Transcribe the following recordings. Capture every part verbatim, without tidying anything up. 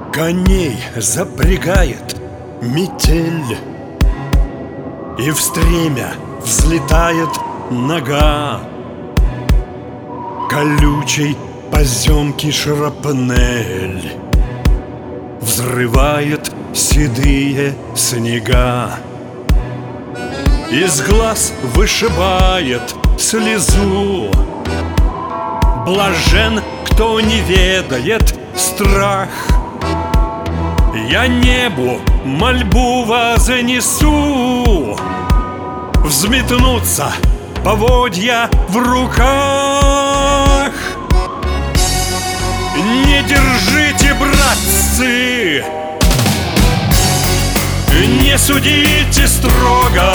Коней запрягает метель, и в стремя взлетает нога. Колючей поземки шрапнель взрывает седые снега. Из глаз вышибает слезу. Блажен, кто не ведает страх. Я небу мольбу вознесу, взметнуться поводья в руках. Не держите, братцы, не судите строго.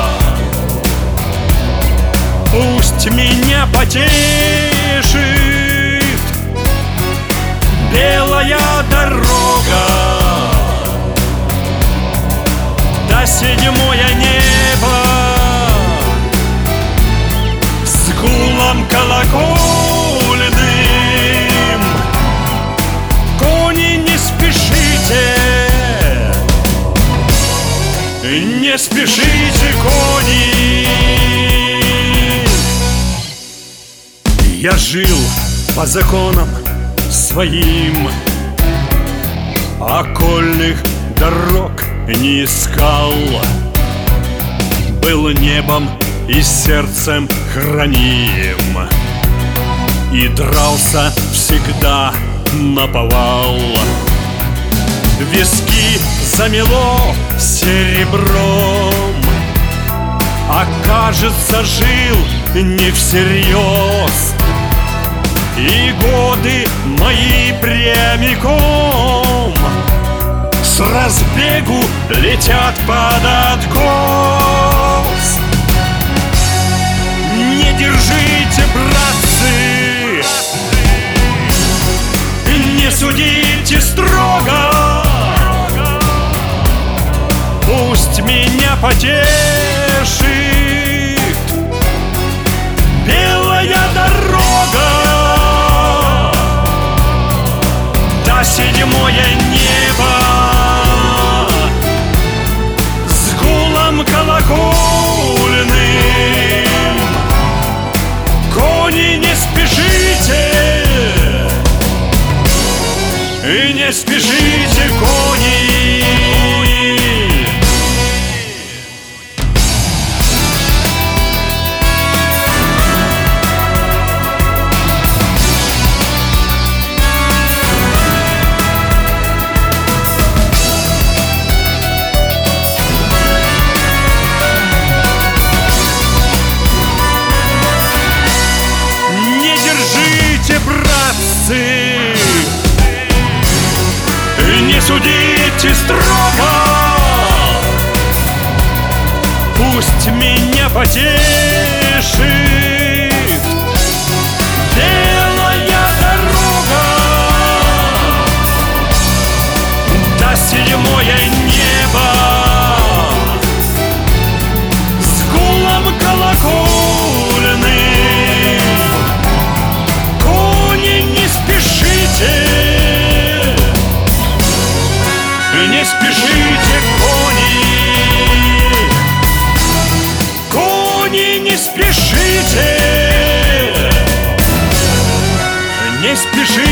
Пусть меня потешит белая дорога, до седьмое небо с гулом колокольным. Кони, не спешите, не спешите, кони. Я жил по законам своим, окольных дорог не искал. Был небом и сердцем храним, и дрался всегда наповал. Виски замело серебром, а кажется, жил не всерьез. И годы мои прямиком с разбегу летят под откос. Не держите, братцы, не судите строго. Пусть меня потешит белая дорога, до седьмое небо с гулом колокольным. Кони, не спешите, и не спешите, кони. Не судите строго. Пусть меня потешит белая дорога, до седьмое небо с гулом колокольным. Кони, не спешите, не спешите, кони. Кони, не спешите, не спешите.